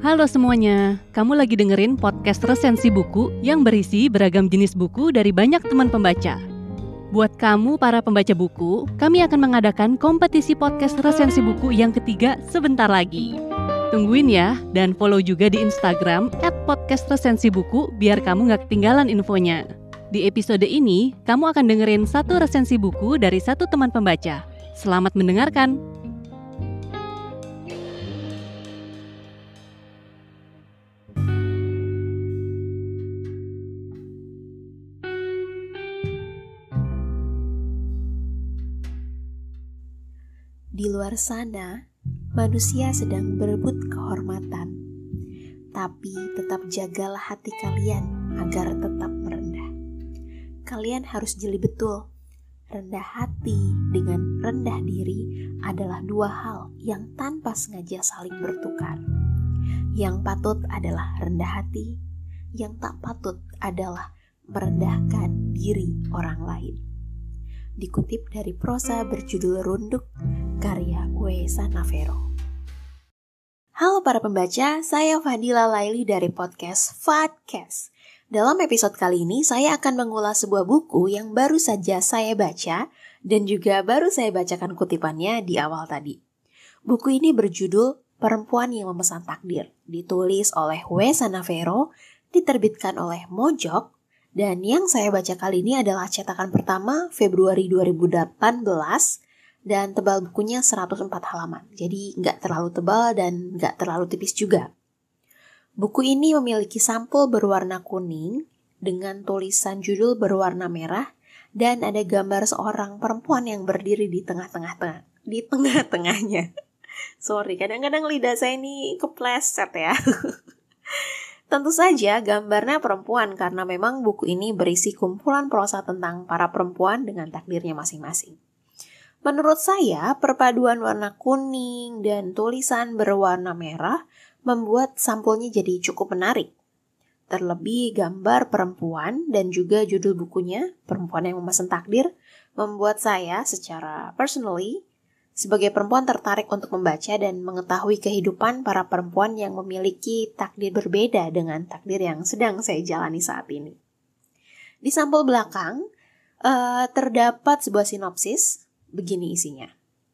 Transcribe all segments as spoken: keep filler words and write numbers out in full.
Halo semuanya, kamu lagi dengerin podcast resensi buku yang berisi beragam jenis buku dari banyak teman pembaca. Buat kamu para pembaca buku, kami akan mengadakan kompetisi podcast resensi buku yang ketiga sebentar lagi. Tungguin ya, dan follow juga di Instagram at podcast resensi buku biar kamu gak ketinggalan infonya. Di episode ini, kamu akan dengerin satu resensi buku dari satu teman pembaca. Selamat mendengarkan! Di luar sana, manusia sedang berebut kehormatan. Tapi tetap jagalah hati kalian agar tetap merendah. Kalian harus jeli betul. Rendah hati dengan rendah diri adalah dua hal yang tanpa sengaja saling bertukar. Yang patut adalah rendah hati, yang tak patut adalah merendahkan diri orang lain. Dikutip dari prosa berjudul Runduk, karya W. Sanavero. Halo para pembaca, saya Fadila Laili dari podcast Fadcast. Dalam episode kali ini, saya akan mengulas sebuah buku yang baru saja saya baca dan juga baru saya bacakan kutipannya di awal tadi. Buku ini berjudul Perempuan yang Memesan Takdir, ditulis oleh W. Sanavero, diterbitkan oleh Mojok, dan yang saya baca kali ini adalah cetakan pertama Februari dua ribu delapan belas dan tebal bukunya seratus empat halaman. Jadi nggak terlalu tebal dan nggak terlalu tipis juga. Buku ini memiliki sampul berwarna kuning dengan tulisan judul berwarna merah dan ada gambar seorang perempuan yang berdiri di tengah-tengah di tengah-tengahnya. Sorry, kadang-kadang lidah saya ini kepleset ya. Tentu saja gambarnya perempuan karena memang buku ini berisi kumpulan prosa tentang para perempuan dengan takdirnya masing-masing. Menurut saya, perpaduan warna kuning dan tulisan berwarna merah membuat sampulnya jadi cukup menarik. Terlebih gambar perempuan dan juga judul bukunya, Perempuan yang Memesan Takdir, membuat saya secara personally sebagai perempuan tertarik untuk membaca dan mengetahui kehidupan para perempuan yang memiliki takdir berbeda dengan takdir yang sedang saya jalani saat ini. Di sampul belakang, uh, terdapat sebuah sinopsis, begini isinya.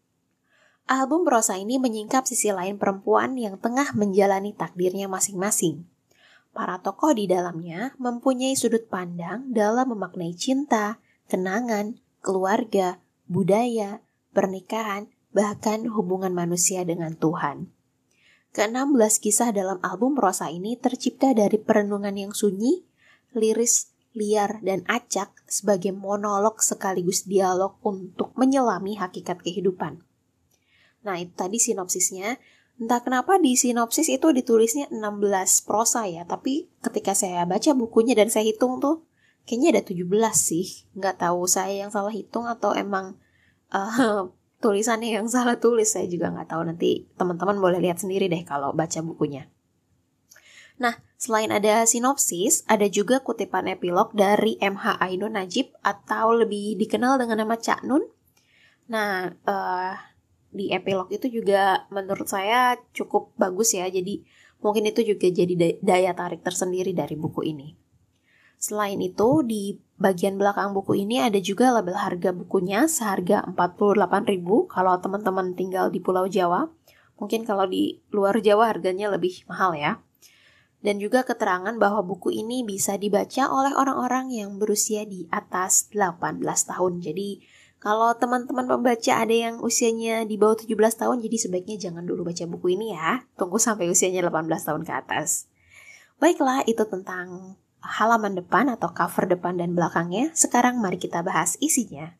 Album prosa ini menyingkap sisi lain perempuan yang tengah menjalani takdirnya masing-masing. Para tokoh di dalamnya mempunyai sudut pandang dalam memaknai cinta, kenangan, keluarga, budaya, pernikahan, bahkan hubungan manusia dengan Tuhan. Keenam belas kisah dalam album prosa ini tercipta dari perenungan yang sunyi, liris, liar, dan acak sebagai monolog sekaligus dialog untuk menyelami hakikat kehidupan. Nah, itu tadi sinopsisnya. Entah kenapa di sinopsis itu ditulisnya enam belas prosa ya, tapi ketika saya baca bukunya dan saya hitung tuh, kayaknya ada tujuh belas sih. Nggak tahu saya yang salah hitung atau emang uh, tulisannya yang salah tulis, saya juga nggak tahu. Nanti teman-teman boleh lihat sendiri deh kalau baca bukunya. Nah, selain ada sinopsis, ada juga kutipan epilog dari M H Ainun Najib atau lebih dikenal dengan nama Cak Nun. Nah, uh, di epilog itu juga menurut saya cukup bagus ya, jadi mungkin itu juga jadi daya tarik tersendiri dari buku ini. Selain itu, di bagian belakang buku ini ada juga label harga bukunya seharga empat puluh delapan ribu rupiah kalau teman-teman tinggal di Pulau Jawa. Mungkin kalau di luar Jawa harganya lebih mahal ya. Dan juga keterangan bahwa buku ini bisa dibaca oleh orang-orang yang berusia di atas delapan belas tahun. Jadi kalau teman-teman pembaca ada yang usianya di bawah tujuh belas tahun, jadi sebaiknya jangan dulu baca buku ini ya. Tunggu sampai usianya delapan belas tahun ke atas. Baiklah, itu tentang halaman depan atau cover depan dan belakangnya. Sekarang mari kita bahas isinya.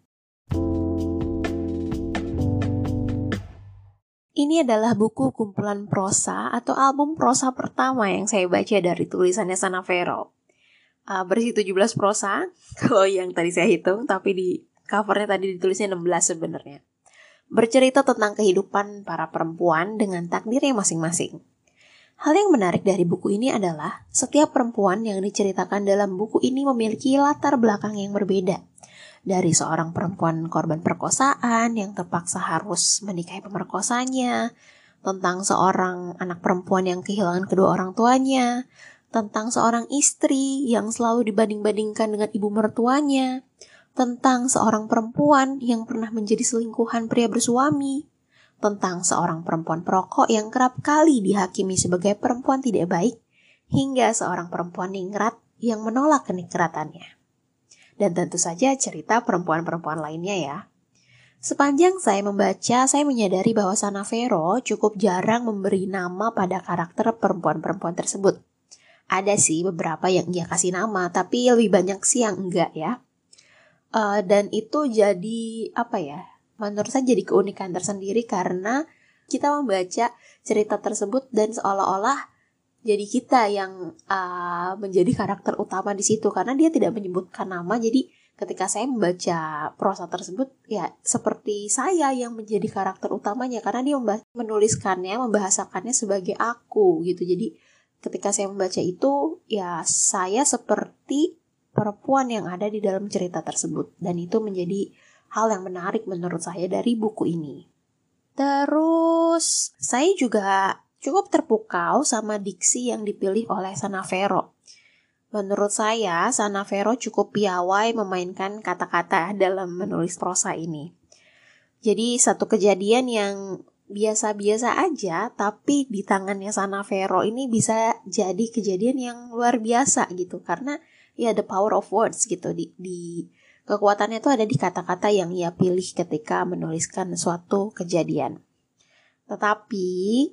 Ini adalah buku kumpulan prosa atau album prosa pertama yang saya baca dari tulisannya Sanavero. Uh, berisi tujuh belas prosa, kalau yang tadi saya hitung, tapi di covernya tadi ditulisnya enam belas sebenarnya. Bercerita tentang kehidupan para perempuan dengan takdirnya masing-masing. Hal yang menarik dari buku ini adalah setiap perempuan yang diceritakan dalam buku ini memiliki latar belakang yang berbeda. Dari seorang perempuan korban perkosaan yang terpaksa harus menikahi pemerkosanya, tentang seorang anak perempuan yang kehilangan kedua orang tuanya, tentang seorang istri yang selalu dibanding-bandingkan dengan ibu mertuanya, tentang seorang perempuan yang pernah menjadi selingkuhan pria bersuami, tentang seorang perempuan perokok yang kerap kali dihakimi sebagai perempuan tidak baik, hingga seorang perempuan ningrat yang menolak kenikratannya. Dan tentu saja cerita perempuan-perempuan lainnya ya. Sepanjang saya membaca, saya menyadari bahwa Sanna Vero cukup jarang memberi nama pada karakter perempuan-perempuan tersebut. Ada sih beberapa yang ia kasih nama, tapi lebih banyak sih yang enggak ya. Uh, dan itu jadi apa ya? Menurut saya jadi keunikan tersendiri karena kita membaca cerita tersebut dan seolah-olah jadi kita yang uh, menjadi karakter utama di situ karena dia tidak menyebutkan nama. Jadi ketika saya membaca prosa tersebut, ya seperti saya yang menjadi karakter utamanya karena dia menuliskannya, membahasakannya sebagai aku gitu. Jadi ketika saya membaca itu, ya saya seperti perempuan yang ada di dalam cerita tersebut. Dan itu menjadi hal yang menarik menurut saya dari buku ini. Terus saya juga cukup terpukau sama diksi yang dipilih oleh Sanna Vero. Menurut saya, Sanna Vero cukup piawai memainkan kata-kata dalam menulis prosa ini. Jadi satu kejadian yang biasa-biasa aja, tapi di tangannya Sanna Vero ini bisa jadi kejadian yang luar biasa gitu. Karena ya the power of words gitu. Di, di kekuatannya itu ada di kata-kata yang ia pilih ketika menuliskan suatu kejadian. Tetapi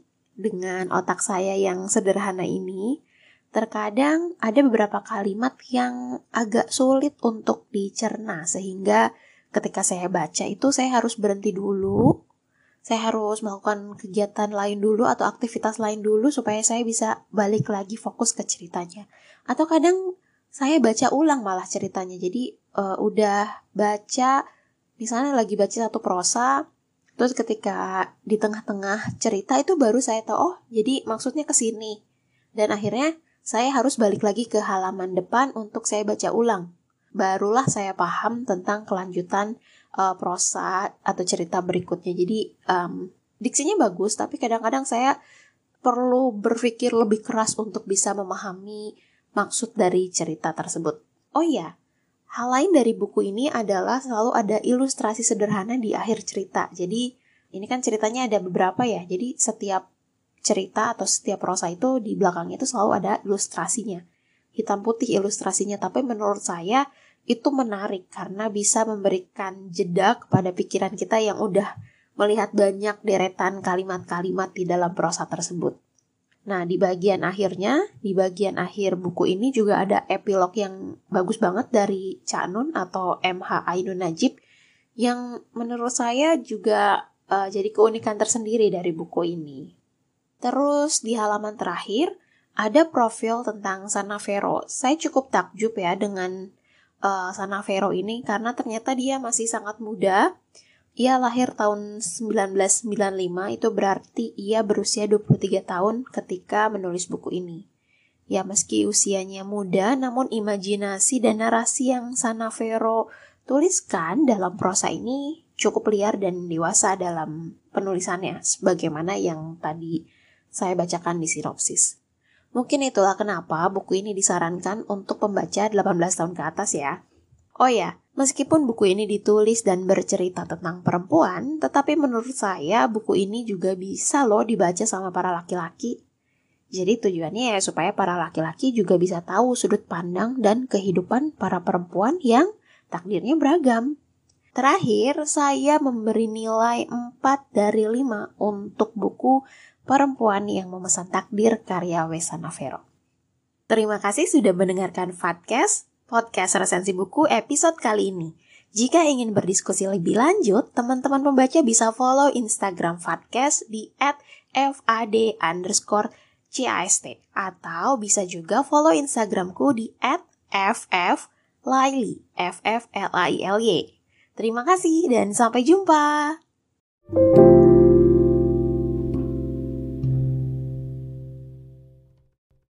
dengan otak saya yang sederhana ini, terkadang ada beberapa kalimat yang agak sulit untuk dicerna sehingga ketika saya baca itu saya harus berhenti dulu, saya harus melakukan kegiatan lain dulu atau aktivitas lain dulu supaya saya bisa balik lagi fokus ke ceritanya. Atau kadang saya baca ulang malah ceritanya, jadi uh, udah baca, misalnya lagi baca satu prosa, terus ketika di tengah-tengah cerita itu baru saya tahu, oh jadi maksudnya ke sini, dan akhirnya saya harus balik lagi ke halaman depan untuk saya baca ulang. Barulah saya paham tentang kelanjutan uh, prosa atau cerita berikutnya. Jadi um, diksinya bagus, tapi kadang-kadang saya perlu berpikir lebih keras untuk bisa memahami maksud dari cerita tersebut. Oh iya, hal lain dari buku ini adalah selalu ada ilustrasi sederhana di akhir cerita. Jadi ini kan ceritanya ada beberapa ya, jadi setiap cerita atau setiap prosa itu di belakangnya itu selalu ada ilustrasinya, hitam putih ilustrasinya. Tapi menurut saya itu menarik karena bisa memberikan jeda kepada pikiran kita yang udah melihat banyak deretan kalimat-kalimat di dalam prosa tersebut. Nah, di bagian akhirnya, di bagian akhir buku ini juga ada epilog yang bagus banget dari Cak Nun atau M H Ainun Najib yang menurut saya juga uh, jadi keunikan tersendiri dari buku ini. Terus di halaman terakhir ada profil tentang Sanna Vero. Saya cukup takjub ya dengan uh, Sanna Vero ini karena ternyata dia masih sangat muda. Ia lahir tahun sembilan belas sembilan puluh lima, itu berarti ia berusia dua puluh tiga tahun ketika menulis buku ini. Ya meski usianya muda, namun imajinasi dan narasi yang Sanna Vero tuliskan dalam prosa ini cukup liar dan dewasa dalam penulisannya, sebagaimana yang tadi saya bacakan di sinopsis. Mungkin itulah kenapa buku ini disarankan untuk pembaca delapan belas tahun ke atas ya. Oh ya, meskipun buku ini ditulis dan bercerita tentang perempuan, tetapi menurut saya buku ini juga bisa loh dibaca sama para laki-laki. Jadi tujuannya ya supaya para laki-laki juga bisa tahu sudut pandang dan kehidupan para perempuan yang takdirnya beragam. Terakhir, saya memberi nilai empat dari lima untuk buku Perempuan yang Memesan Takdir karya Sanna Vero. Terima kasih sudah mendengarkan Fatcast, podcast resensi buku episode kali ini. Jika ingin berdiskusi lebih lanjut, teman-teman pembaca bisa follow Instagram Fatcast di at fad underscore cast atau bisa juga follow Instagramku di at fflaily, f f l a i l y. Terima kasih dan sampai jumpa.